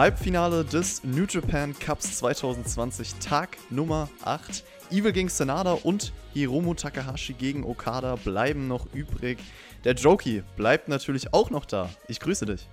Halbfinale des New Japan Cups 2020, Tag Nummer 8. Evil gegen Sanada und Hiromu Takahashi gegen Okada bleiben noch übrig. Der Joki bleibt natürlich auch noch da. Ich grüße dich.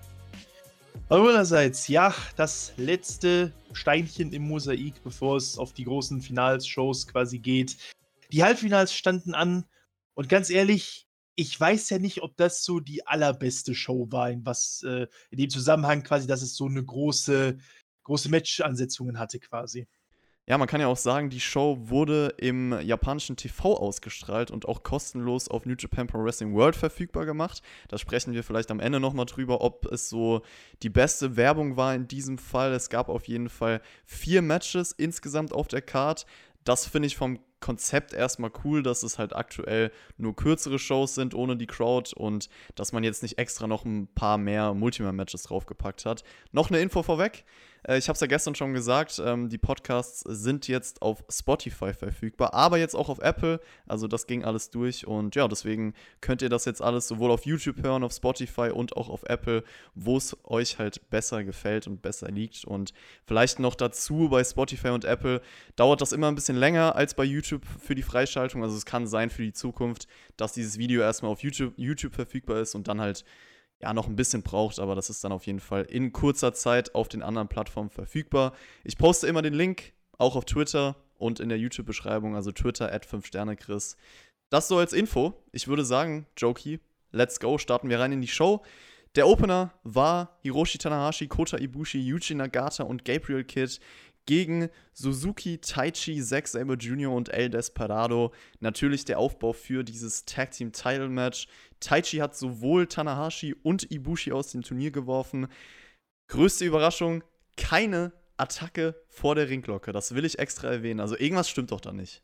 Hallo allerseits, ja, das letzte Steinchen im Mosaik, bevor es auf die großen Finalshows quasi geht. Die Halbfinals standen an und ganz ehrlich, ich weiß ja nicht, ob das so die allerbeste Show war, in dem Zusammenhang quasi, dass es so eine große Match-Ansetzungen hatte quasi. Ja, man kann ja auch sagen, die Show wurde im japanischen TV ausgestrahlt und auch kostenlos auf New Japan Pro Wrestling World verfügbar gemacht. Da sprechen wir vielleicht am Ende nochmal drüber, ob es so die beste Werbung war in diesem Fall. Es gab auf jeden Fall 4 Matches insgesamt auf der Card. Das finde ich vom Konzept erstmal cool, dass es halt aktuell nur kürzere Shows sind ohne die Crowd und dass man jetzt nicht extra noch ein paar mehr Multiman-Matches draufgepackt hat. Noch eine Info vorweg. Ich habe es ja gestern schon gesagt, die Podcasts sind jetzt auf Spotify verfügbar, aber jetzt auch auf Apple, also das ging alles durch und ja, deswegen könnt ihr das jetzt alles sowohl auf YouTube hören, auf Spotify und auch auf Apple, wo es euch halt besser gefällt und besser liegt. Und vielleicht noch dazu, bei Spotify und Apple dauert das immer ein bisschen länger als bei YouTube für die Freischaltung, also es kann sein für die Zukunft, dass dieses Video erstmal auf YouTube verfügbar ist und dann halt ja, noch ein bisschen braucht, aber das ist dann auf jeden Fall in kurzer Zeit auf den anderen Plattformen verfügbar. Ich poste immer den Link, auch auf Twitter und in der YouTube-Beschreibung, also Twitter @5sternechris. Das so als Info. Ich würde sagen, Joki, let's go, starten wir rein in die Show. Der Opener war Hiroshi Tanahashi, Kota Ibushi, Yuji Nagata und Gabriel Kidd gegen Suzuki, Taichi, Zack Sabre Jr. und El Desperado. Natürlich der Aufbau für dieses Tag Team Title Match. Taichi hat sowohl Tanahashi und Ibushi aus dem Turnier geworfen. Größte Überraschung, keine Attacke vor der Ringglocke. Das will ich extra erwähnen. Also irgendwas stimmt doch da nicht.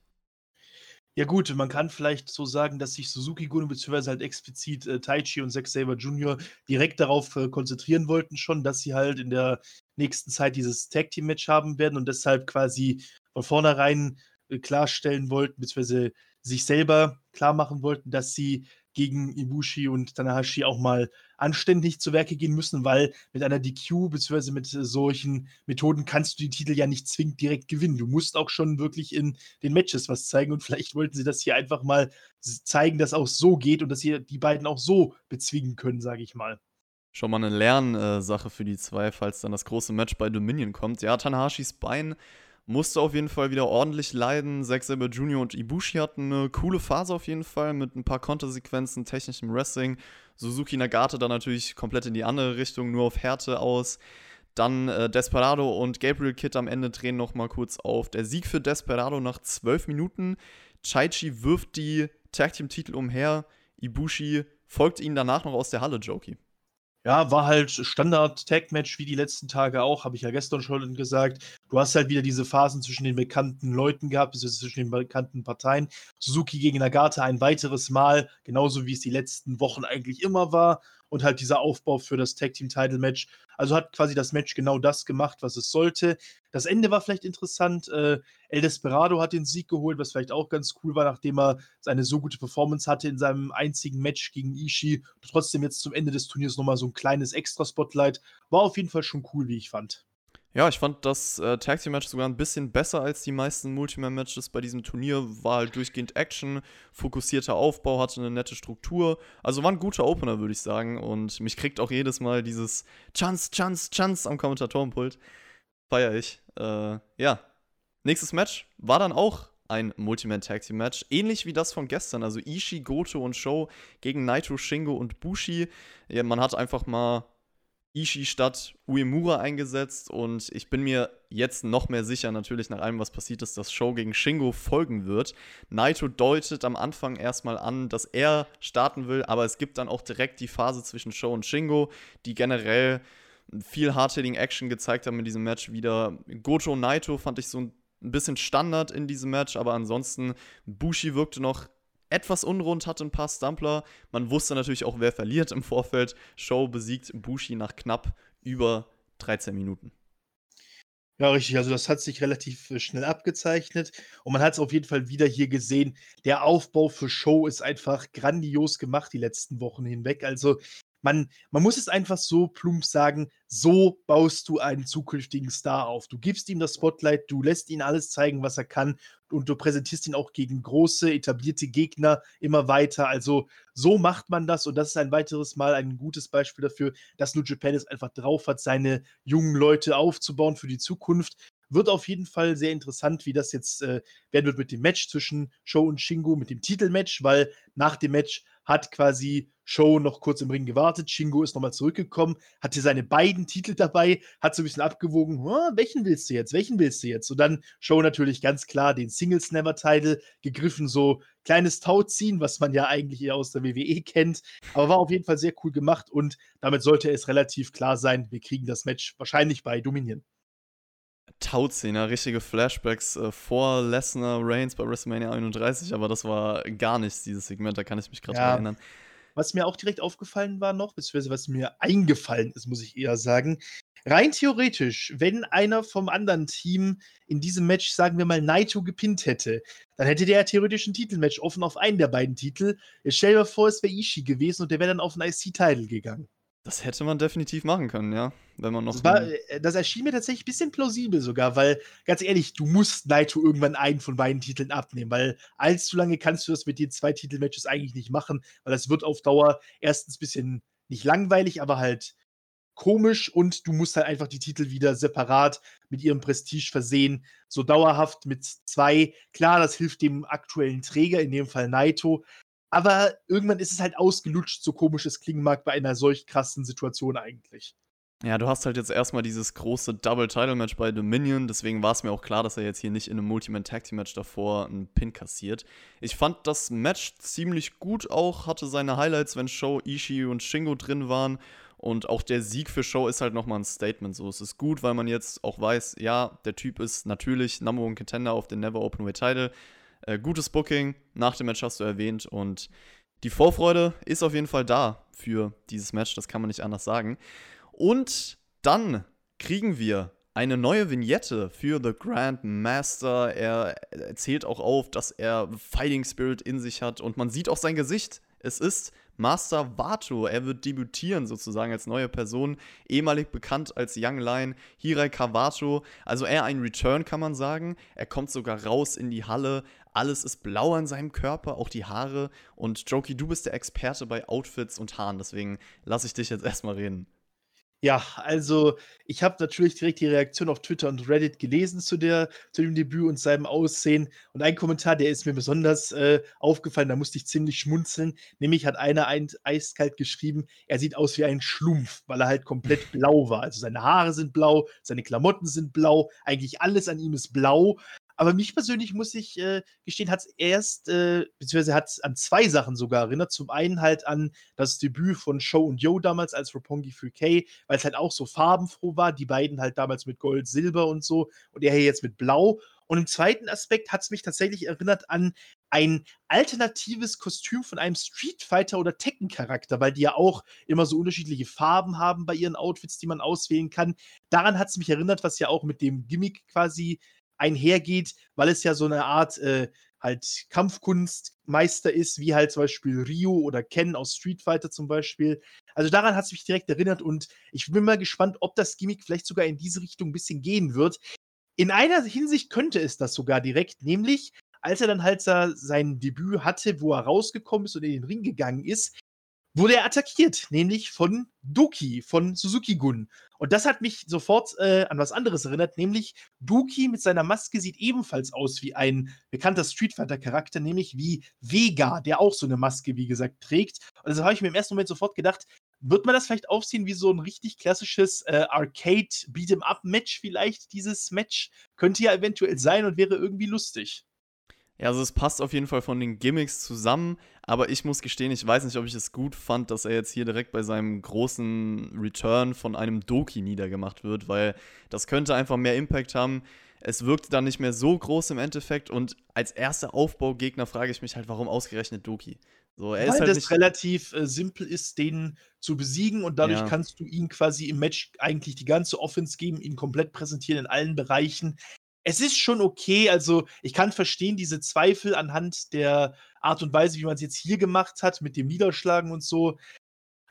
Ja gut, man kann vielleicht so sagen, dass sich Suzuki-Gun beziehungsweise halt explizit Taichi und Zack Sabre Jr. direkt darauf konzentrieren wollten schon, dass sie halt in der nächsten Zeit dieses Tag-Team-Match haben werden und deshalb quasi von vornherein klarstellen wollten, beziehungsweise sich selber klar machen wollten, dass sie gegen Ibushi und Tanahashi auch mal anständig zu Werke gehen müssen, weil mit einer DQ beziehungsweise mit solchen Methoden kannst du die Titel ja nicht zwingend direkt gewinnen. Du musst auch schon wirklich in den Matches was zeigen und vielleicht wollten sie das hier einfach mal zeigen, dass auch so geht und dass sie die beiden auch so bezwingen können, sage ich mal. Schon mal eine Lernsache für die zwei, falls dann das große Match bei Dominion kommt. Ja, Tanahashis Bein musste auf jeden Fall wieder ordentlich leiden. Zack Sabre Jr. und Ibushi hatten eine coole Phase auf jeden Fall mit ein paar Kontersequenzen, technischem Wrestling. Suzuki Nagata dann natürlich komplett in die andere Richtung, nur auf Härte aus. Dann Desperado und Gabriel Kidd am Ende drehen noch mal kurz auf. Der Sieg für Desperado nach 12 Minuten. Taichi wirft die Tag-Team-Titel umher. Ibushi folgt ihnen danach noch aus der Halle, Joki. Ja, war halt Standard-Tag-Match wie die letzten Tage auch, habe ich ja gestern schon gesagt. Du hast halt wieder diese Phasen zwischen den bekannten Leuten gehabt, beziehungsweise zwischen den bekannten Parteien. Suzuki gegen Nagata ein weiteres Mal, genauso wie es die letzten Wochen eigentlich immer war. Und halt dieser Aufbau für das Tag-Team-Title-Match. Also hat quasi das Match genau das gemacht, was es sollte. Das Ende war vielleicht interessant. El Desperado hat den Sieg geholt, was vielleicht auch ganz cool war, nachdem er seine so gute Performance hatte in seinem einzigen Match gegen Ishii. Trotzdem jetzt zum Ende des Turniers nochmal so ein kleines Extra-Spotlight. War auf jeden Fall schon cool, wie ich fand. Ja, ich fand das Tag Team Match sogar ein bisschen besser als die meisten Multiman-Matches bei diesem Turnier. War halt durchgehend Action, fokussierter Aufbau, hatte eine nette Struktur. Also war ein guter Opener, würde ich sagen. Und mich kriegt auch jedes Mal dieses Chance, Chance, Chance am Kommentatorenpult. Feier ich. Ja. Nächstes Match war dann auch ein Multiman-Tag-Team-Match. Ähnlich wie das von gestern. Also Ishii, Goto und Sho gegen Naito, Shingo und Bushi. Ja, man hat einfach mal Ishii statt Uemura eingesetzt und ich bin mir jetzt noch mehr sicher, natürlich nach allem, was passiert ist, dass Sho gegen Shingo folgen wird. Naito deutet am Anfang erstmal an, dass er starten will, aber es gibt dann auch direkt die Phase zwischen Sho und Shingo, die generell viel Hard-Hitting-Action gezeigt haben in diesem Match wieder. Goto und Naito fand ich so ein bisschen Standard in diesem Match, aber ansonsten Bushi wirkte noch etwas unrund, hatte ein paar Stumbler. Man wusste natürlich auch, wer verliert im Vorfeld. Sho besiegt Bushi nach knapp über 13 Minuten. Ja, richtig. Also das hat sich relativ schnell abgezeichnet und man hat es auf jeden Fall wieder hier gesehen. Der Aufbau für Sho ist einfach grandios gemacht die letzten Wochen hinweg. Also man muss es einfach so plump sagen, so baust du einen zukünftigen Star auf. Du gibst ihm das Spotlight, du lässt ihn alles zeigen, was er kann und du präsentierst ihn auch gegen große, etablierte Gegner immer weiter. Also, so macht man das und das ist ein weiteres Mal ein gutes Beispiel dafür, dass New Japan es einfach drauf hat, seine jungen Leute aufzubauen für die Zukunft. Wird auf jeden Fall sehr interessant, wie das jetzt, werden wird mit dem Match zwischen Sho und Shingo, mit dem Titelmatch, weil nach dem Match hat quasi Sho noch kurz im Ring gewartet. Shingo ist nochmal zurückgekommen, hatte seine beiden Titel dabei, hat so ein bisschen abgewogen, welchen willst du jetzt? Welchen willst du jetzt? Und dann Sho natürlich ganz klar den Singles Never Title gegriffen, so kleines Tauziehen, was man ja eigentlich eher aus der WWE kennt. Aber war auf jeden Fall sehr cool gemacht und damit sollte es relativ klar sein, wir kriegen das Match wahrscheinlich bei Dominion. Tauziehen, richtige Flashbacks vor Lesnar Reigns bei WrestleMania 31, aber das war gar nichts, dieses Segment, da kann ich mich gerade dran Ja, erinnern. was mir auch direkt aufgefallen war noch, beziehungsweise was mir eingefallen ist, muss ich eher sagen, rein theoretisch, wenn einer vom anderen Team in diesem Match, sagen wir mal, Naito gepinnt hätte, dann hätte der ja theoretisch ein Titelmatch offen auf einen der beiden Titel. Jetzt stell dir mal vor, es wäre Ishii gewesen und der wäre dann auf einen IC-Title gegangen. Das hätte man definitiv machen können, ja. Wenn man noch. Das erschien mir tatsächlich ein bisschen plausibel sogar, weil, ganz ehrlich, du musst Naito irgendwann einen von beiden Titeln abnehmen, weil allzu lange kannst du das mit den 2 Titelmatches eigentlich nicht machen, weil das wird auf Dauer erstens ein bisschen nicht langweilig, aber halt komisch und du musst halt einfach die Titel wieder separat mit ihrem Prestige versehen, so dauerhaft mit 2. Klar, das hilft dem aktuellen Träger, in dem Fall Naito, aber irgendwann ist es halt ausgelutscht, so komisch es klingen mag bei einer solch krassen Situation eigentlich. Ja, du hast halt jetzt erstmal dieses große Double-Title-Match bei Dominion, deswegen war es mir auch klar, dass er jetzt hier nicht in einem Multi-Man-Tag-Team-Match davor einen Pin kassiert. Ich fand das Match ziemlich gut auch, hatte seine Highlights, wenn Sho, Ishii und Shingo drin waren. Und auch der Sieg für Sho ist halt nochmal ein Statement. So, es ist gut, weil man jetzt auch weiß, ja, der Typ ist natürlich Number One Contender auf den Never Openweight Title. Gutes Booking, nach dem Match hast du erwähnt. Und die Vorfreude ist auf jeden Fall da für dieses Match, das kann man nicht anders sagen. Und dann kriegen wir eine neue Vignette für The Grand Master. Er zählt auch auf, dass er Fighting Spirit in sich hat und man sieht auch sein Gesicht. Es ist Master Wato. Er wird debütieren sozusagen als neue Person, ehemalig bekannt als Young Lion, Hirai Kawato. Also eher ein Return, kann man sagen. Er kommt sogar raus in die Halle. Alles ist blau an seinem Körper, auch die Haare. Und Joki, du bist der Experte bei Outfits und Haaren, deswegen lasse ich dich jetzt erstmal reden. Ja, also ich habe natürlich direkt die Reaktion auf Twitter und Reddit gelesen zu dem Debüt und seinem Aussehen. Und ein Kommentar, der ist mir besonders aufgefallen, da musste ich ziemlich schmunzeln. Nämlich hat einer eiskalt geschrieben, er sieht aus wie ein Schlumpf, weil er halt komplett blau war. Also seine Haare sind blau, seine Klamotten sind blau, eigentlich alles an ihm ist blau. Aber mich persönlich, muss ich gestehen, hat es beziehungsweise hat es an 2 Sachen sogar erinnert. Zum einen halt an das Debüt von Sho und Yo damals als Roppongi 3K, weil es halt auch so farbenfroh war. Die beiden halt damals mit Gold, Silber und so und er hier jetzt mit Blau. Und im zweiten Aspekt hat es mich tatsächlich erinnert an ein alternatives Kostüm von einem Street Fighter oder Tekken-Charakter, weil die ja auch immer so unterschiedliche Farben haben bei ihren Outfits, die man auswählen kann. Daran hat es mich erinnert, was ja auch mit dem Gimmick quasi einhergeht, weil es ja so eine Art halt Kampfkunstmeister ist, wie halt zum Beispiel Ryu oder Ken aus Street Fighter zum Beispiel. Also daran hat es mich direkt erinnert und ich bin mal gespannt, ob das Gimmick vielleicht sogar in diese Richtung ein bisschen gehen wird. In einer Hinsicht könnte es das sogar direkt, nämlich als er dann halt sein Debüt hatte, wo er rausgekommen ist und in den Ring gegangen ist, wurde er attackiert, nämlich von Doki, von Suzuki-Gun. Und das hat mich sofort an was anderes erinnert, nämlich Doki mit seiner Maske sieht ebenfalls aus wie ein bekannter Street Fighter-Charakter, nämlich wie Vega, der auch so eine Maske, wie gesagt, trägt. Und deshalb habe ich mir im ersten Moment sofort gedacht, wird man das vielleicht aufziehen wie so ein richtig klassisches Arcade-Beat'em-Up-Match vielleicht, dieses Match? Könnte ja eventuell sein und wäre irgendwie lustig. Ja, also es passt auf jeden Fall von den Gimmicks zusammen, aber ich muss gestehen, ich weiß nicht, ob ich es gut fand, dass er jetzt hier direkt bei seinem großen Return von einem Doki niedergemacht wird, weil das könnte einfach mehr Impact haben. Es wirkte dann nicht mehr so groß im Endeffekt und als erster Aufbaugegner frage ich mich halt, warum ausgerechnet Doki? So, er ist Weil halt das nicht. relativ simpel ist, den zu besiegen und dadurch Ja. kannst du ihn quasi im Match eigentlich die ganze Offense geben, ihn komplett präsentieren in allen Bereichen. Es ist schon okay, also ich kann verstehen, diese Zweifel anhand der Art und Weise, wie man es jetzt hier gemacht hat, mit dem Niederschlagen und so.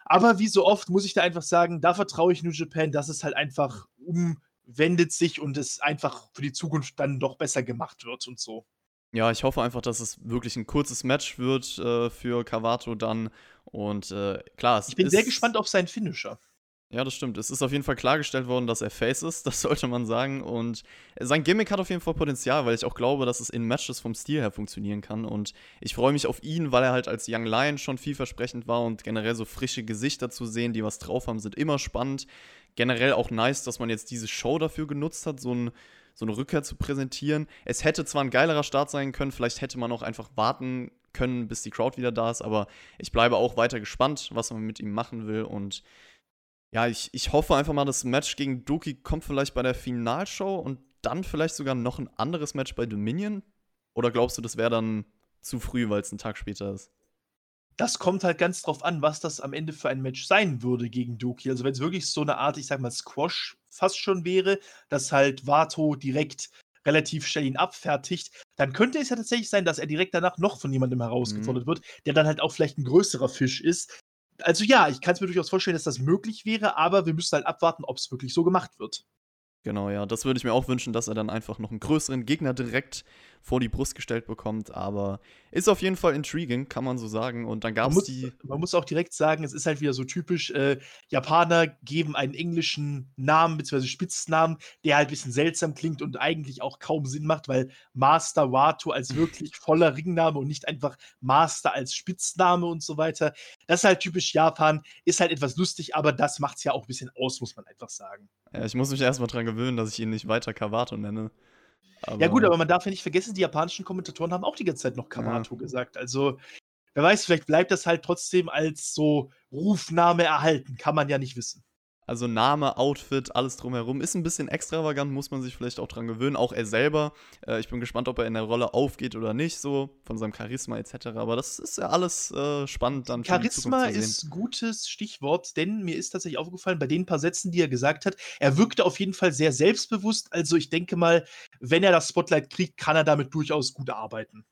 Aber wie so oft muss ich da einfach sagen, da vertraue ich New Japan, dass es halt einfach umwendet sich und es einfach für die Zukunft dann doch besser gemacht wird und so. Ja, ich hoffe einfach, dass es wirklich ein kurzes Match wird, für Kawato dann und, klar, es Ich bin sehr ist gespannt auf seinen Finisher. ja, das stimmt. Es ist auf jeden Fall klargestellt worden, dass er Face ist, das sollte man sagen. Und sein Gimmick hat auf jeden Fall Potenzial, weil ich auch glaube, dass es in Matches vom Stil her funktionieren kann. Und ich freue mich auf ihn, weil er halt als Young Lion schon vielversprechend war und generell so frische Gesichter zu sehen, die was drauf haben, sind immer spannend. Generell auch nice, dass man jetzt diese Show dafür genutzt hat, so eine Rückkehr zu präsentieren. Es hätte zwar ein geilerer Start sein können, vielleicht hätte man auch einfach warten können, bis die Crowd wieder da ist, aber ich bleibe auch weiter gespannt, was man mit ihm machen will. Und ja, ich hoffe einfach mal, das Match gegen Doki kommt vielleicht bei der Finalshow und dann vielleicht sogar noch ein anderes Match bei Dominion? Oder glaubst du, das wäre dann zu früh, weil es ein Tag später ist? Das kommt halt ganz drauf an, was das am Ende für ein Match sein würde gegen Doki. Also, wenn es wirklich so eine Art, ich sage mal, Squash fast schon wäre, dass halt Wato direkt relativ schnell ihn abfertigt, dann könnte es ja tatsächlich sein, dass er direkt danach noch von jemandem Mhm. herausgefordert wird, der dann halt auch vielleicht ein größerer Fisch ist. Also ja, ich kann es mir durchaus vorstellen, dass das möglich wäre, aber wir müssen halt abwarten, ob es wirklich so gemacht wird. Genau, ja. Das würde ich mir auch wünschen, dass er dann einfach noch einen größeren Gegner direkt vor die Brust gestellt bekommt. Aber ist auf jeden Fall intriguing, kann man so sagen. Und dann gab Man es muss die. man muss auch direkt sagen, es ist halt wieder so typisch, Japaner geben einen englischen Namen beziehungsweise Spitznamen, der halt bisschen seltsam klingt und eigentlich auch kaum Sinn macht, weil Master Wato als wirklich voller Ringname und nicht einfach Master als Spitzname und so weiter. Das ist halt typisch Japan, ist halt etwas lustig, aber das macht's ja auch 'n bisschen aus, muss man einfach sagen. Ja, ich muss mich erstmal dran gewöhnen, dass ich ihn nicht weiter Kawato nenne. Ja gut, Aber aber man darf ja nicht vergessen, die japanischen Kommentatoren haben auch die ganze Zeit noch ja. Kawato gesagt. Also, wer weiß, vielleicht bleibt das halt trotzdem als so Rufname erhalten, kann man ja nicht wissen. Also Name, Outfit, alles drumherum. Ist ein bisschen extravagant, muss man sich vielleicht auch dran gewöhnen. Auch er selber. Ich bin gespannt, ob er in der Rolle aufgeht oder nicht, so von seinem Charisma etc. Aber das ist ja alles spannend dann für die Zukunft Charisma zu sehen. ist gutes Stichwort, denn mir ist tatsächlich aufgefallen, bei den paar Sätzen, die er gesagt hat, er wirkte auf jeden Fall sehr selbstbewusst. Also, ich denke mal, wenn er das Spotlight kriegt, kann er damit durchaus gut arbeiten.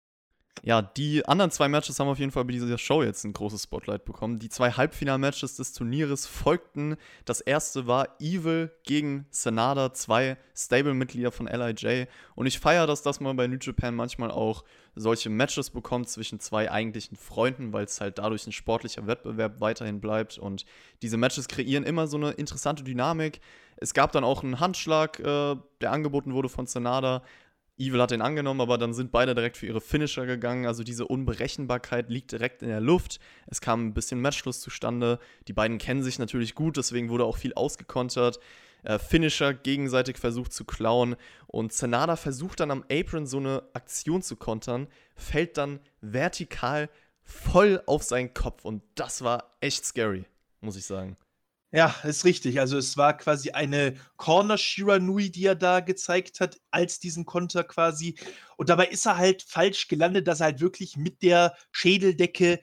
Ja, die anderen 2 Matches haben auf jeden Fall bei dieser Show jetzt ein großes Spotlight bekommen. Die 2 Halbfinal-Matches des Turnieres folgten. Das erste war Evil gegen Sanada, 2 Stable-Mitglieder von LIJ. Und ich feiere das, dass man bei New Japan manchmal auch solche Matches bekommt zwischen 2 eigentlichen Freunden, weil es halt dadurch ein sportlicher Wettbewerb weiterhin bleibt. Und diese Matches kreieren immer so eine interessante Dynamik. Es gab dann auch einen Handschlag, der angeboten wurde von Sanada. Evil hat den angenommen, aber dann sind beide direkt für ihre Finisher gegangen. Also diese Unberechenbarkeit liegt direkt in der Luft. Es kam ein bisschen Matchschluss zustande. Die beiden kennen sich natürlich gut, deswegen wurde auch viel ausgekontert. Finisher gegenseitig versucht zu klauen. Und Sanada versucht dann am Apron so eine Aktion zu kontern, fällt dann vertikal voll auf seinen Kopf. Und das war echt scary, muss ich sagen. Ja, ist richtig. Also, es war quasi eine Corner Shiranui, die er da gezeigt hat, als diesen Konter quasi. Und dabei ist er halt falsch gelandet, dass er halt wirklich mit der Schädeldecke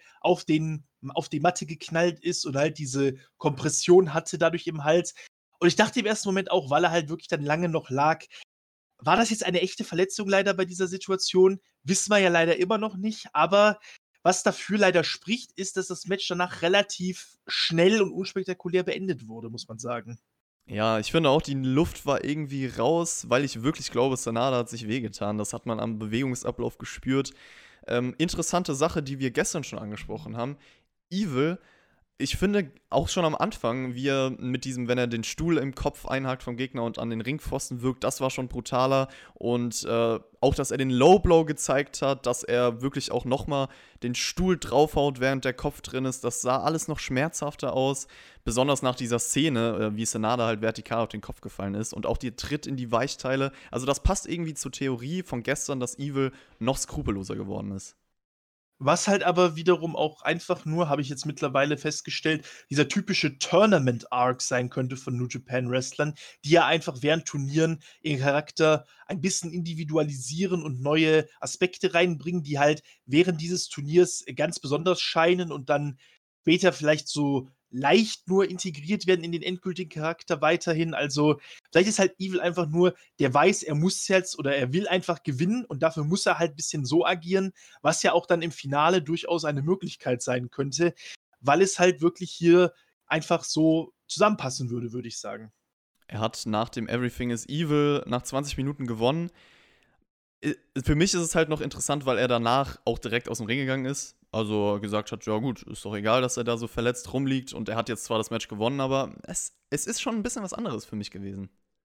auf die Matte geknallt ist und halt diese Kompression hatte dadurch im Hals. Und ich dachte im ersten Moment auch, weil er halt wirklich dann lange noch lag, war das jetzt eine echte Verletzung leider bei dieser Situation? Wissen wir ja leider immer noch nicht, aber was dafür leider spricht, ist, dass das Match danach relativ schnell und unspektakulär beendet wurde, muss man sagen. Ja, ich finde auch, die Luft war irgendwie raus, weil ich wirklich glaube, Sanada hat sich wehgetan. Das hat man am Bewegungsablauf gespürt. Interessante Sache, die wir gestern schon angesprochen haben. Evil, ich finde auch schon am Anfang, wie er mit diesem, wenn er den Stuhl im Kopf einhakt vom Gegner und an den Ringpfosten wirkt, das war schon brutaler. Und auch, dass er den Low Blow gezeigt hat, dass er wirklich auch nochmal den Stuhl draufhaut, während der Kopf drin ist, das sah alles noch schmerzhafter aus. Besonders nach dieser Szene, wie Sanada halt vertikal auf den Kopf gefallen ist und auch der Tritt in die Weichteile. Also das passt irgendwie zur Theorie von gestern, dass Evil noch skrupelloser geworden ist. Was halt aber wiederum auch einfach nur, habe ich jetzt mittlerweile festgestellt, dieser typische Tournament-Arc sein könnte von New Japan Wrestlern, die ja einfach während Turnieren ihren Charakter ein bisschen individualisieren und neue Aspekte reinbringen, die halt während dieses Turniers ganz besonders scheinen und dann später vielleicht so leicht nur integriert werden in den endgültigen Charakter weiterhin. Also, vielleicht ist halt Evil einfach nur, der weiß, er muss jetzt oder er will einfach gewinnen und dafür muss er halt ein bisschen so agieren, was ja auch dann im Finale durchaus eine Möglichkeit sein könnte. weil es halt wirklich hier einfach so zusammenpassen würde ich sagen. Er hat nach dem Everything is Evil nach 20 Minuten gewonnen. Für mich ist es halt noch interessant, weil er danach auch direkt aus dem Ring gegangen ist. Also gesagt hat, ja gut, ist doch egal, dass er da so verletzt rumliegt. Und er hat jetzt zwar das Match gewonnen, aber es ist schon ein bisschen was anderes für mich gewesen.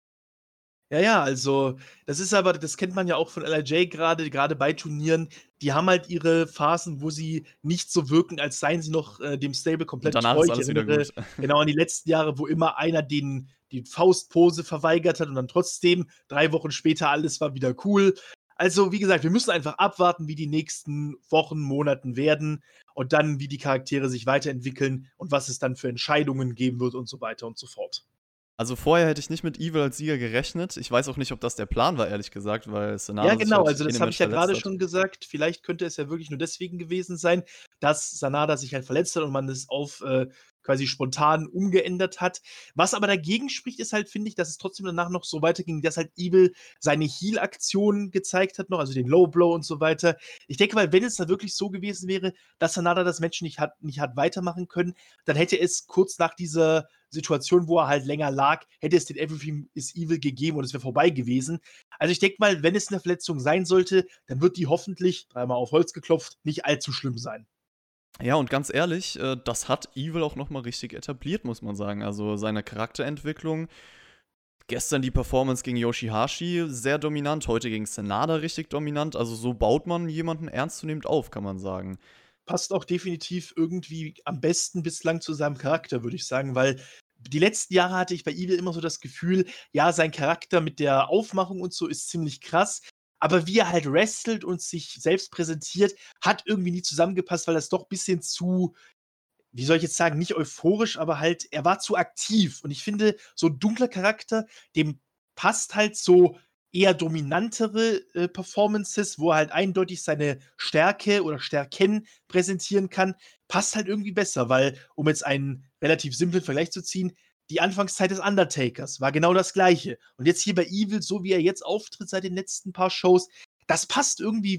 Ja, also, das kennt man ja auch von LIJ gerade bei Turnieren. Die haben halt ihre Phasen, wo sie nicht so wirken, als seien sie noch, dem Stable Und komplett danach treu. ist Ich alles wieder erinnere gut. genau an die letzten Jahre, wo immer einer die Faustpose verweigert hat und dann trotzdem 3 Wochen später alles war wieder cool. Also, wie gesagt, wir müssen einfach abwarten, wie die nächsten Wochen, Monaten werden und dann, wie die Charaktere sich weiterentwickeln und was es dann für Entscheidungen geben wird und so weiter und so fort. Also vorher hätte ich nicht mit Evil als Sieger gerechnet. Ich weiß auch nicht, ob das der Plan war, ehrlich gesagt, weil Ja, Sanada sich genau, halt also in das dem habe Match ich ja verletzt gerade hat. schon gesagt. Vielleicht könnte es ja wirklich nur deswegen gewesen sein, dass Sanada sich halt verletzt hat und man es auf, quasi spontan umgeändert hat. Was aber dagegen spricht, ist halt, finde ich, dass es trotzdem danach noch so weiterging, dass halt Evil seine Heal-Aktion gezeigt hat noch, also den Low Blow und so weiter. Ich denke mal, wenn es da wirklich so gewesen wäre, dass Sanada das Match nicht hat weitermachen können, dann hätte es kurz nach dieser Situation, wo er halt länger lag, hätte es den Everything is Evil gegeben und es wäre vorbei gewesen. Also ich denke mal, wenn es eine Verletzung sein sollte, dann wird die hoffentlich, dreimal auf Holz geklopft, nicht allzu schlimm sein. Ja, und ganz ehrlich, das hat Evil auch noch mal richtig etabliert, muss man sagen. Also seine Charakterentwicklung. Gestern die Performance gegen Yoshihashi sehr dominant, heute gegen Sanada richtig dominant. Also so baut man jemanden ernstzunehmend auf, kann man sagen. Passt auch definitiv irgendwie am besten bislang zu seinem Charakter, würde ich sagen, weil die letzten Jahre hatte ich bei Evil immer so das Gefühl, ja, sein Charakter mit der Aufmachung und so ist ziemlich krass, aber wie er halt wrestelt und sich selbst präsentiert, hat irgendwie nie zusammengepasst, weil das doch ein bisschen zu, wie soll ich jetzt sagen, nicht euphorisch, aber halt, er war zu aktiv. Und ich finde, so 'n dunkler Charakter, dem passt halt so eher dominantere, Performances, wo er halt eindeutig seine Stärke oder Stärken präsentieren kann, passt halt irgendwie besser, weil, um jetzt einen relativ simplen Vergleich zu ziehen, die Anfangszeit des Undertakers war genau das Gleiche. Und jetzt hier bei Evil, so wie er jetzt auftritt seit den letzten paar Shows, das passt irgendwie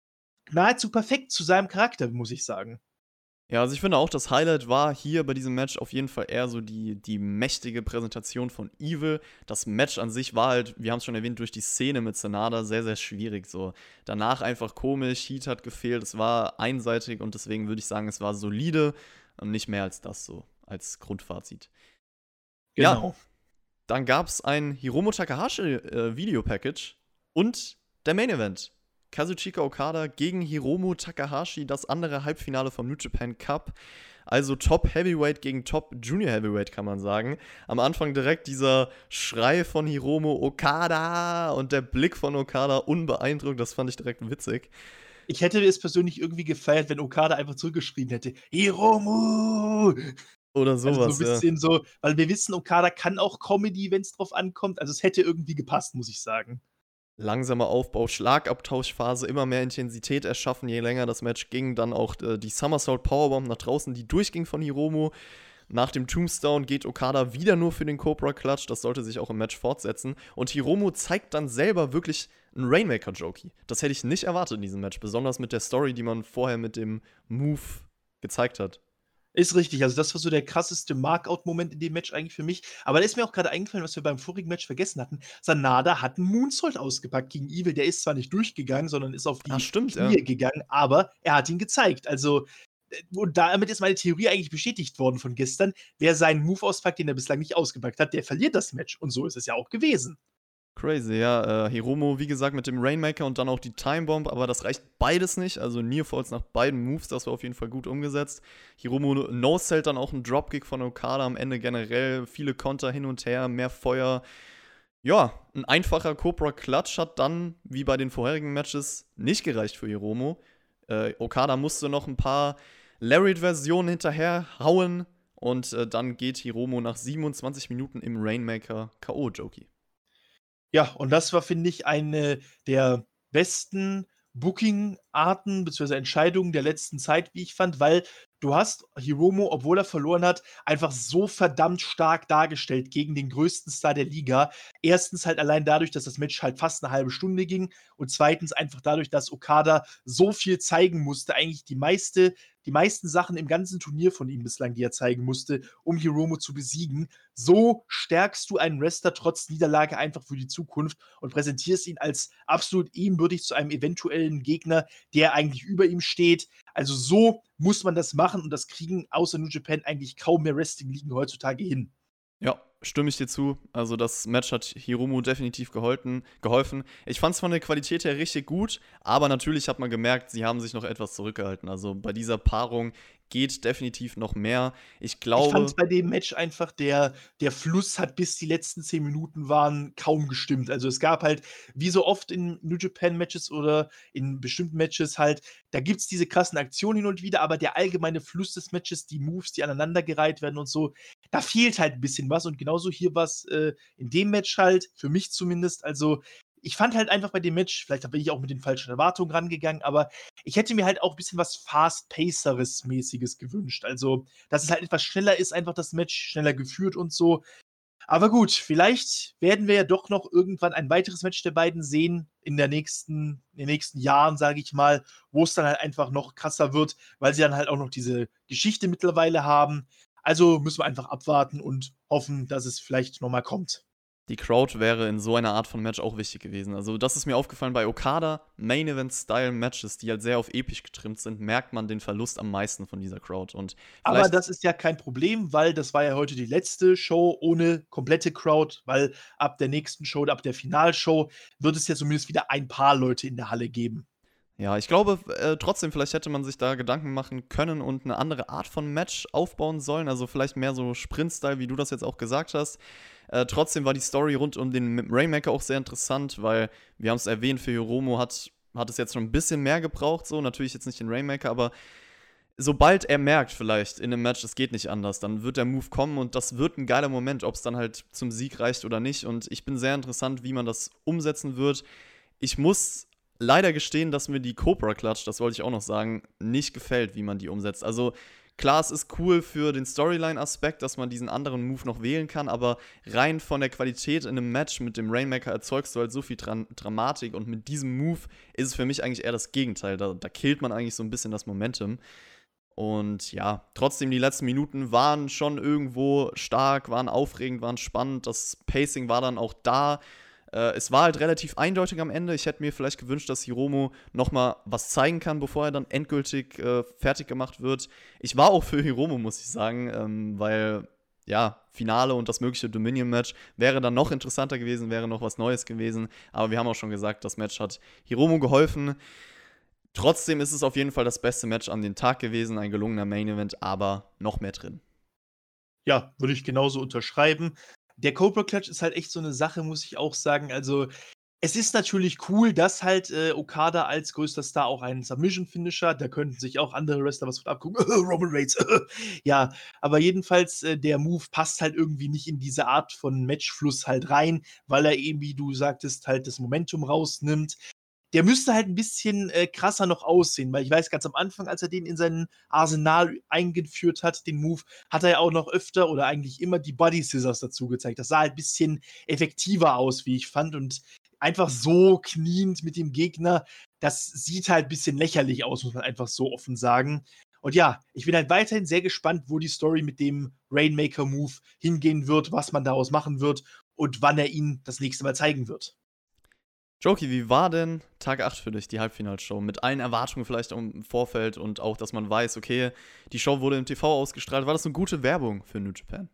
nahezu perfekt zu seinem Charakter, muss ich sagen. Ja, also ich finde auch, das Highlight war hier bei diesem Match auf jeden Fall eher so die mächtige Präsentation von Evil. Das Match an sich war halt, wir haben es schon erwähnt, durch die Szene mit Sanada sehr, sehr schwierig. So. Danach einfach komisch, Heat hat gefehlt, es war einseitig und deswegen würde ich sagen, es war solide und nicht mehr als das so, als Grundfazit. Ja, Genau. dann gab es ein Hiromu Takahashi Video-Package und der Main Event. Kazuchika Okada gegen Hiromu Takahashi, das andere Halbfinale vom New Japan Cup. Also Top Heavyweight gegen Top Junior Heavyweight, kann man sagen. Am Anfang direkt dieser Schrei von Hiromu Okada und der Blick von Okada unbeeindruckt. Das fand ich direkt witzig. Ich hätte es persönlich irgendwie gefeiert, wenn Okada einfach zurückgeschrien hätte: „Hiromu!" Oder Also, so 'n sowas, ja. bisschen so, weil wir wissen, Okada kann auch Comedy, wenn's drauf ankommt. Also, es hätte irgendwie gepasst, muss ich sagen. Langsamer Aufbau, Schlagabtauschphase, immer mehr Intensität erschaffen, je länger das Match ging. Dann auch die Somersault Powerbomb nach draußen, die durchging von Hiromu. Nach dem Tombstone geht Okada wieder nur für den Cobra Clutch. Das sollte sich auch im Match fortsetzen. Und Hiromu zeigt dann selber wirklich einen Rainmaker-Jokey. Das hätte ich nicht erwartet in diesem Match. Besonders mit der Story, die man vorher mit dem Move gezeigt hat. Ist richtig. Also, das war so der krasseste Markout-Moment in dem Match eigentlich für mich. Aber da ist mir auch grade eingefallen, was wir beim vorigen Match vergessen hatten. Sanada hat 'n Moonsault ausgepackt gegen Evil. Der ist zwar nicht durchgegangen, sondern ist auf Ah, die stimmt, ja. Knie gegangen, aber er hat ihn gezeigt. Also, und damit ist meine Theorie eigentlich bestätigt worden von gestern. Wer seinen Move auspackt, den er bislang nicht ausgepackt hat, der verliert das Match. Und so ist es ja auch gewesen. Crazy, ja. Hiromu, wie gesagt, mit dem Rainmaker und dann auch die Timebomb, aber das reicht beides nicht. Also Nearfalls nach beiden Moves, das war auf jeden Fall gut umgesetzt. Hiromu no-sellt dann auch einen Dropkick von Okada am Ende generell. Viele Konter hin und her, mehr Feuer. Ja, ein einfacher Cobra Clutch hat dann, wie bei den vorherigen Matches, nicht gereicht für Hiromu. Okada musste noch ein paar Lariat-Versionen hinterher hauen und dann geht Hiromu nach 27 Minuten im Rainmaker K.O.-Jokey. Ja, und das war, finde ich, eine der besten Booking Arten bzw. Entscheidungen der letzten Zeit, wie ich fand, weil du hast Hiromu, obwohl er verloren hat, einfach so verdammt stark dargestellt gegen den größten Star der Liga. Erstens halt allein dadurch, dass das Match halt fast eine halbe Stunde ging und zweitens einfach dadurch, dass Okada so viel zeigen musste, eigentlich die meisten Sachen im ganzen Turnier von ihm bislang, die er zeigen musste, um Hiromu zu besiegen. So stärkst du einen Wrestler trotz Niederlage einfach für die Zukunft und präsentierst ihn als absolut ebenbürtig zu einem eventuellen Gegner, der eigentlich über ihm steht. Also so muss man das machen und das kriegen außer New Japan eigentlich kaum mehr Wrestling-Ligen heutzutage hin. Ja, stimme ich dir zu. Also das Match hat Hiromu definitiv geholfen. Ich fand es von der Qualität her richtig gut, aber natürlich hat man gemerkt, sie haben sich noch etwas zurückgehalten. Also bei dieser Paarung geht definitiv noch mehr. Ich Ich glaube, fand bei dem Match einfach, der Fluss hat bis die letzten 10 Minuten waren kaum gestimmt. Also, es gab halt, wie so oft in New Japan Matches oder in bestimmten Matches halt, da gibt's diese krassen Aktionen hin und wieder, aber der allgemeine Fluss des Matches, die Moves, die aneinandergereiht werden und so, da fehlt halt 'n bisschen was und genauso hier war's, in dem Match halt, für mich zumindest. Also, ich fand halt einfach bei dem Match, vielleicht bin ich auch mit den falschen Erwartungen rangegangen, aber ich hätte mir halt auch 'n bisschen was Fast-Paceres mäßiges gewünscht. Also, dass es halt etwas schneller ist, einfach das Match schneller geführt und so. Aber gut, vielleicht werden wir ja doch noch irgendwann ein weiteres Match der beiden sehen in den nächsten Jahren, sage ich mal, wo es dann halt einfach noch krasser wird, weil sie dann halt auch noch diese Geschichte mittlerweile haben. Also, müssen wir einfach abwarten und hoffen, dass es vielleicht noch mal kommt. die Crowd wäre in so einer Art von Match auch wichtig gewesen. Also das ist mir aufgefallen bei Okada, Main-Event-Style-Matches, die halt sehr auf episch getrimmt sind, merkt man den Verlust am meisten von dieser Crowd. Und Aber vielleicht, das ist ja kein Problem, weil das war ja heute die letzte Show ohne komplette Crowd, weil ab der nächsten Show, ab der Finalshow wird es ja zumindest wieder ein paar Leute in der Halle geben. ja, ich glaube trotzdem, vielleicht hätte man sich da Gedanken machen können und eine andere Art von Match aufbauen sollen. Also vielleicht mehr so Sprint-Style, wie du das jetzt auch gesagt hast. Trotzdem war die Story rund um den Rainmaker auch sehr interessant, weil wir haben es erwähnt, für Hiromu hat es jetzt schon ein bisschen mehr gebraucht, so natürlich jetzt nicht den Rainmaker, aber sobald er merkt vielleicht in einem Match, es geht nicht anders, dann wird der Move kommen und das wird ein geiler Moment, ob es dann halt zum Sieg reicht oder nicht. Und ich bin sehr interessant, wie man das umsetzen wird. Ich muss leider gestehen, dass mir die Cobra Clutch, das wollte ich auch noch sagen, nicht gefällt, wie man die umsetzt. Also klar, es ist cool für den Storyline-Aspekt, dass man diesen anderen Move noch wählen kann, aber rein von der Qualität in einem Match mit dem Rainmaker erzeugst du halt so viel Dramatik und mit diesem Move ist es für mich eigentlich eher das Gegenteil. Da killt man eigentlich so ein bisschen das Momentum. Und ja, trotzdem, die letzten Minuten waren schon irgendwo stark, waren aufregend, waren spannend. Das Pacing war dann auch da. Es war halt relativ eindeutig am Ende. Ich hätte mir vielleicht gewünscht, dass Hiromu nochmal was zeigen kann, bevor er dann endgültig fertig gemacht wird. Ich war auch für Hiromu, muss ich sagen, weil ja, Finale und das mögliche Dominion-Match wäre dann noch interessanter gewesen, wäre noch was Neues gewesen. Aber wir haben auch schon gesagt, das Match hat Hiromu geholfen. Trotzdem ist es auf jeden Fall das beste Match an den Tag gewesen, ein gelungener Main-Event, aber noch mehr drin. Ja, würde ich genauso unterschreiben. Der Cobra Clutch ist halt echt so eine Sache, muss ich auch sagen. Also, es ist natürlich cool, dass halt, Okada als größter Star auch einen Submission-Finisher hat. Da könnten sich auch andere Wrestler was von abgucken. Roman Reigns. Ja, aber jedenfalls, der Move passt halt irgendwie nicht in diese Art von Matchfluss halt rein, weil er eben, wie du sagtest, halt das Momentum rausnimmt. Der müsste halt 'n bisschen, krasser noch aussehen, weil ich weiß, ganz am Anfang, als er den in sein Arsenal eingeführt hat, den Move, hat er ja auch noch öfter oder eigentlich immer die Body Scissors dazu gezeigt. Das sah halt bisschen effektiver aus, wie ich fand und einfach so kniend mit dem Gegner, das sieht halt bisschen lächerlich aus, muss man einfach so offen sagen. Und ja, ich bin halt weiterhin sehr gespannt, wo die Story mit dem Rainmaker Move hingehen wird, was man daraus machen wird und wann er ihn das nächste Mal zeigen wird. Joki, wie war denn Tag 8 für dich, die Halbfinalshow? Mit allen Erwartungen vielleicht auch im Vorfeld und auch, dass man weiß, okay, die Show wurde im TV ausgestrahlt. War das eine gute Werbung für New Japan?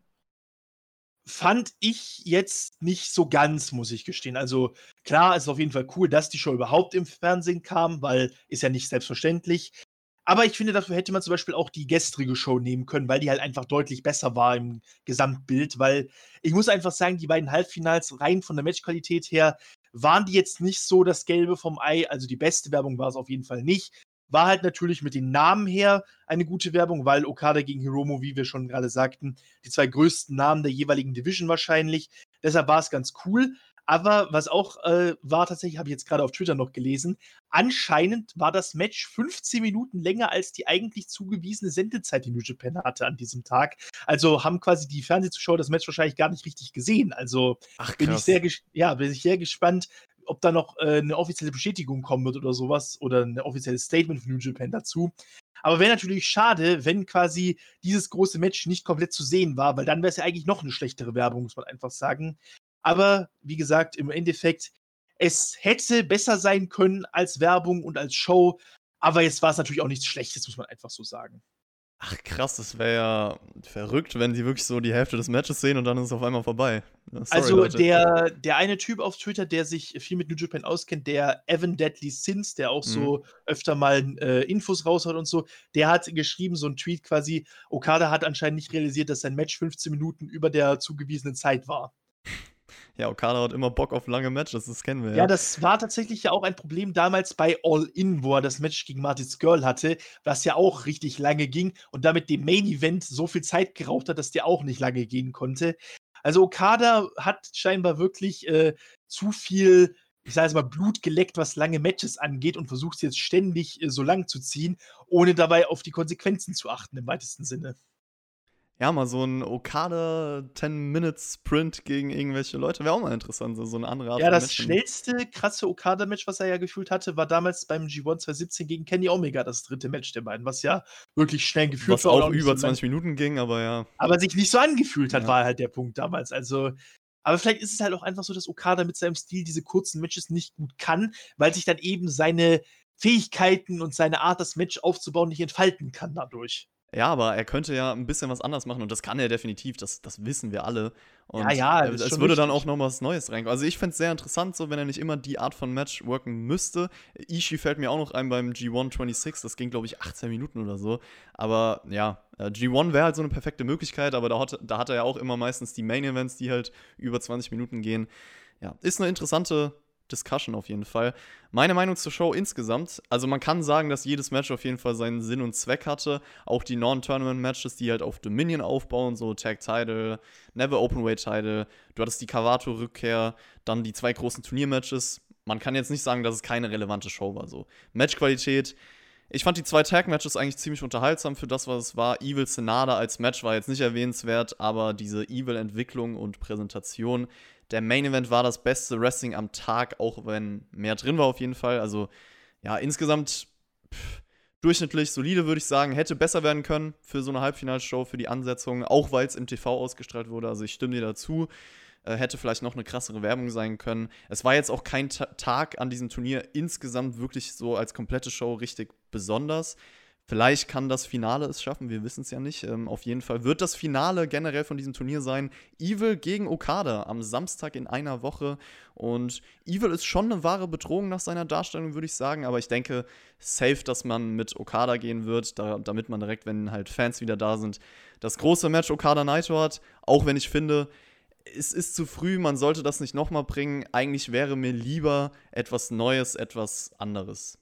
Fand ich jetzt nicht so ganz, muss ich gestehen. Also, klar, es ist auf jeden Fall cool, dass die Show überhaupt im Fernsehen kam, weil ist ja nicht selbstverständlich. Aber ich finde, dafür hätte man zum Beispiel auch die gestrige Show nehmen können, weil die halt einfach deutlich besser war im Gesamtbild, weil ich muss einfach sagen, die beiden Halbfinals rein von der Matchqualität her waren die jetzt nicht so das Gelbe vom Ei. Also, die beste Werbung war es auf jeden Fall nicht. War halt natürlich mit den Namen her eine gute Werbung, weil Okada gegen Hiromu, wie wir schon gerade sagten, die 2 größten Namen der jeweiligen Division wahrscheinlich. Deshalb war es ganz cool. Aber was auch war tatsächlich, habe ich jetzt gerade auf Twitter noch gelesen, anscheinend war das Match 15 Minuten länger als die eigentlich zugewiesene Sendezeit, die New Japan hatte an diesem Tag. Also haben quasi die Fernsehzuschauer das Match wahrscheinlich gar nicht richtig gesehen. Also Ach, bin ich sehr, krass. bin ich sehr gespannt, ob da noch eine offizielle Bestätigung kommen wird oder sowas oder ein offizielles Statement von New Japan dazu. Aber wäre natürlich schade, wenn quasi dieses große Match nicht komplett zu sehen war, weil dann wäre es ja eigentlich noch eine schlechtere Werbung, muss man einfach sagen. Aber wie gesagt, im Endeffekt, es hätte besser sein können als Werbung und als Show, aber jetzt war es natürlich auch nichts Schlechtes, muss man einfach so sagen. Ach, krass, das wäre ja verrückt, wenn die wirklich so die Hälfte des Matches sehen und dann ist es auf einmal vorbei. Ja, sorry, Also Leute. der eine Typ auf Twitter, der sich viel mit New Japan auskennt, der Evan Deadly Sins, der auch Mhm. so öfter mal Infos raushaut und so, der hat geschrieben, so ein Tweet quasi, Okada hat anscheinend nicht realisiert, dass sein Match 15 Minuten über der zugewiesenen Zeit war. Ja, Okada hat immer Bock auf lange Matches, das kennen wir Ja, ja. das war tatsächlich ja auch ein Problem damals bei All In, wo er das Match gegen Marty Scurll hatte, was ja auch richtig lange ging und damit dem Main Event so viel Zeit geraubt hat, dass der auch nicht lange gehen konnte. Also Okada hat scheinbar wirklich zu viel, ich sage jetzt mal, Blut geleckt, was lange Matches angeht und versucht es jetzt ständig so lang zu ziehen, ohne dabei auf die Konsequenzen zu achten im weitesten Sinne. Ja, mal so ein Okada 10-Minute-Sprint gegen irgendwelche Leute wäre auch mal interessant, so eine andere Art Ja, von das Match. schnellste krasse Okada-Match, was er ja gefühlt hatte, war damals beim G1 2017 gegen Kenny Omega, das dritte Match der beiden, was ja wirklich schnell geführt Was war und auch auch nicht so über lang, 20 Minuten ging, aber ja. aber sich nicht so angefühlt hat, Ja. war halt der Punkt damals. Also, aber vielleicht ist es halt auch einfach so, dass Okada mit seinem Stil diese kurzen Matches nicht gut kann, weil sich dann eben seine Fähigkeiten und seine Art, das Match aufzubauen, nicht entfalten kann dadurch. Ja, aber er könnte ja ein bisschen was anders machen und das kann er definitiv, das wissen wir alle. Ja, Und, ja, das ist es schon würde dann auch richtig. noch was Neues reinkommen. Also, ich fände es sehr interessant, so wenn er nicht immer die Art von Match worken müsste. Ishii fällt mir auch noch ein beim G1 26, das ging, glaube ich, 18 Minuten oder so. Aber ja, G1 wäre halt so eine perfekte Möglichkeit, aber da hat er ja auch immer meistens die Main Events, die halt über 20 Minuten gehen. Ja, ist eine interessante Discussion auf jeden Fall. Meine Meinung zur Show insgesamt, also man kann sagen, dass jedes Match auf jeden Fall seinen Sinn und Zweck hatte. Auch die Non-Tournament-Matches, die halt auf Dominion aufbauen, so Tag-Title, Never Openweight-Title. Du hattest die Kawato-Rückkehr, dann die 2 großen Turniermatches. Man kann jetzt nicht sagen, dass es keine relevante Show war. So. Matchqualität. Ich fand die 2 Tag-Matches eigentlich ziemlich unterhaltsam für das, was es war. Evil Senada als Match war jetzt nicht erwähnenswert, aber diese Evil-Entwicklung und Präsentation. Der Main Event war das beste Wrestling am Tag, auch wenn mehr drin war auf jeden Fall. Also ja, insgesamt durchschnittlich, solide würde ich sagen. Hätte besser werden können für so eine Halbfinalshow, für die Ansetzung, auch weil es im TV ausgestrahlt wurde. Also ich stimme dir dazu. Hätte vielleicht noch eine krassere Werbung sein können. Es war jetzt auch kein Tag an diesem Turnier insgesamt wirklich so als komplette Show richtig besonders. Vielleicht kann das Finale es schaffen, wir wissen es ja nicht. Auf jeden Fall wird das Finale generell von diesem Turnier sein: Evil gegen Okada am Samstag in einer Woche. Und Evil ist schon eine wahre Bedrohung nach seiner Darstellung, würde ich sagen. Aber ich denke safe, dass man mit Okada gehen wird, damit man direkt, wenn halt Fans wieder da sind, das große Match Okada-Naito hat. Auch wenn ich finde, es ist zu früh, man sollte das nicht nochmal bringen. Eigentlich wäre mir lieber etwas Neues, etwas anderes.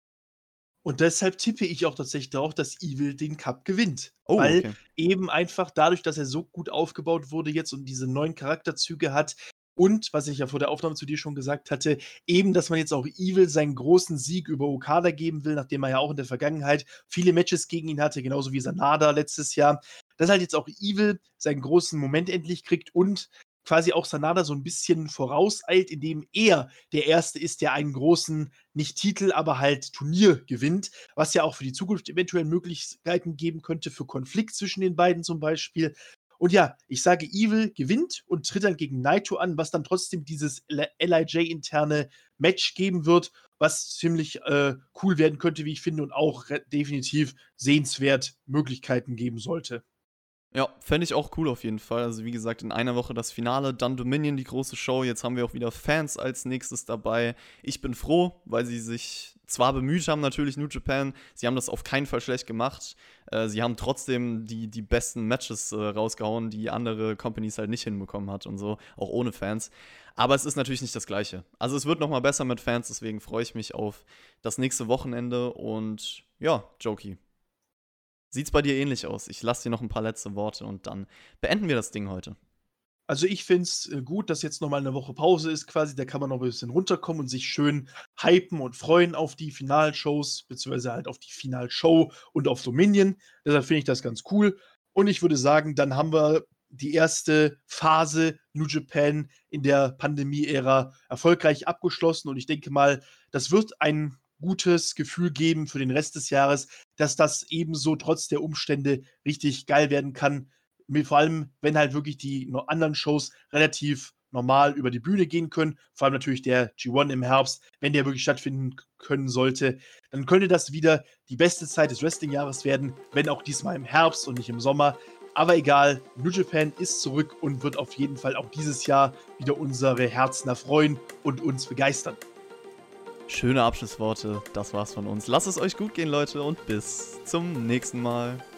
Und deshalb tippe ich auch tatsächlich darauf, dass Evil den Cup gewinnt. Oh, Weil okay. eben einfach dadurch, dass er so gut aufgebaut wurde jetzt und diese neuen Charakterzüge hat und, was ich ja vor der Aufnahme zu dir schon gesagt hatte, eben, dass man jetzt auch Evil seinen großen Sieg über Okada geben will, nachdem er ja auch in der Vergangenheit viele Matches gegen ihn hatte, genauso wie Sanada letztes Jahr. Dass halt jetzt auch Evil seinen großen Moment endlich kriegt und quasi auch Sanada so ein bisschen vorauseilt, indem er der Erste ist, der einen großen, nicht Titel, aber halt Turnier gewinnt, was ja auch für die Zukunft eventuell Möglichkeiten geben könnte für Konflikt zwischen den beiden zum Beispiel. Und ja, ich sage, Evil gewinnt und tritt dann gegen Naito an, was dann trotzdem dieses LIJ-interne Match geben wird, was ziemlich cool werden könnte, wie ich finde, und auch definitiv sehenswert Möglichkeiten geben sollte. Ja, fände ich auch cool auf jeden Fall. Also wie gesagt, in einer Woche das Finale, dann Dominion, die große Show. Jetzt haben wir auch wieder Fans als nächstes dabei. Ich bin froh, weil sie sich zwar bemüht haben, natürlich New Japan, sie haben das auf keinen Fall schlecht gemacht. Sie haben trotzdem die besten Matches rausgehauen, die andere Companies halt nicht hinbekommen hat und so, auch ohne Fans. Aber es ist natürlich nicht das Gleiche. Also es wird nochmal besser mit Fans, deswegen freue ich mich auf das nächste Wochenende. Und ja, Jokey. Sieht's bei dir ähnlich aus? Ich lasse dir noch ein paar letzte Worte und dann beenden wir das Ding heute. Also, ich finde es gut, dass jetzt noch mal 'ne Woche Pause ist quasi. Da kann man noch ein bisschen runterkommen und sich schön hypen und freuen auf die Finalshows, beziehungsweise halt auf die Finalshow und auf Dominion. Deshalb finde ich das ganz cool. Und ich würde sagen, dann haben wir die erste Phase New Japan in der Pandemie-Ära erfolgreich abgeschlossen und ich denke mal, das wird ein gutes Gefühl geben für den Rest des Jahres, dass das ebenso trotz der Umstände richtig geil werden kann. Vor allem, wenn halt wirklich die noch anderen Shows relativ normal über die Bühne gehen können. Vor allem natürlich der G1 im Herbst, wenn der wirklich stattfinden können sollte, dann könnte das wieder die beste Zeit des Wrestling-Jahres werden, wenn auch diesmal im Herbst und nicht im Sommer. Aber egal, New Japan ist zurück und wird auf jeden Fall auch dieses Jahr wieder unsere Herzen erfreuen und uns begeistern. Schöne Abschlussworte, das war's von uns. Lasst es euch gut gehen, Leute, und bis zum nächsten Mal.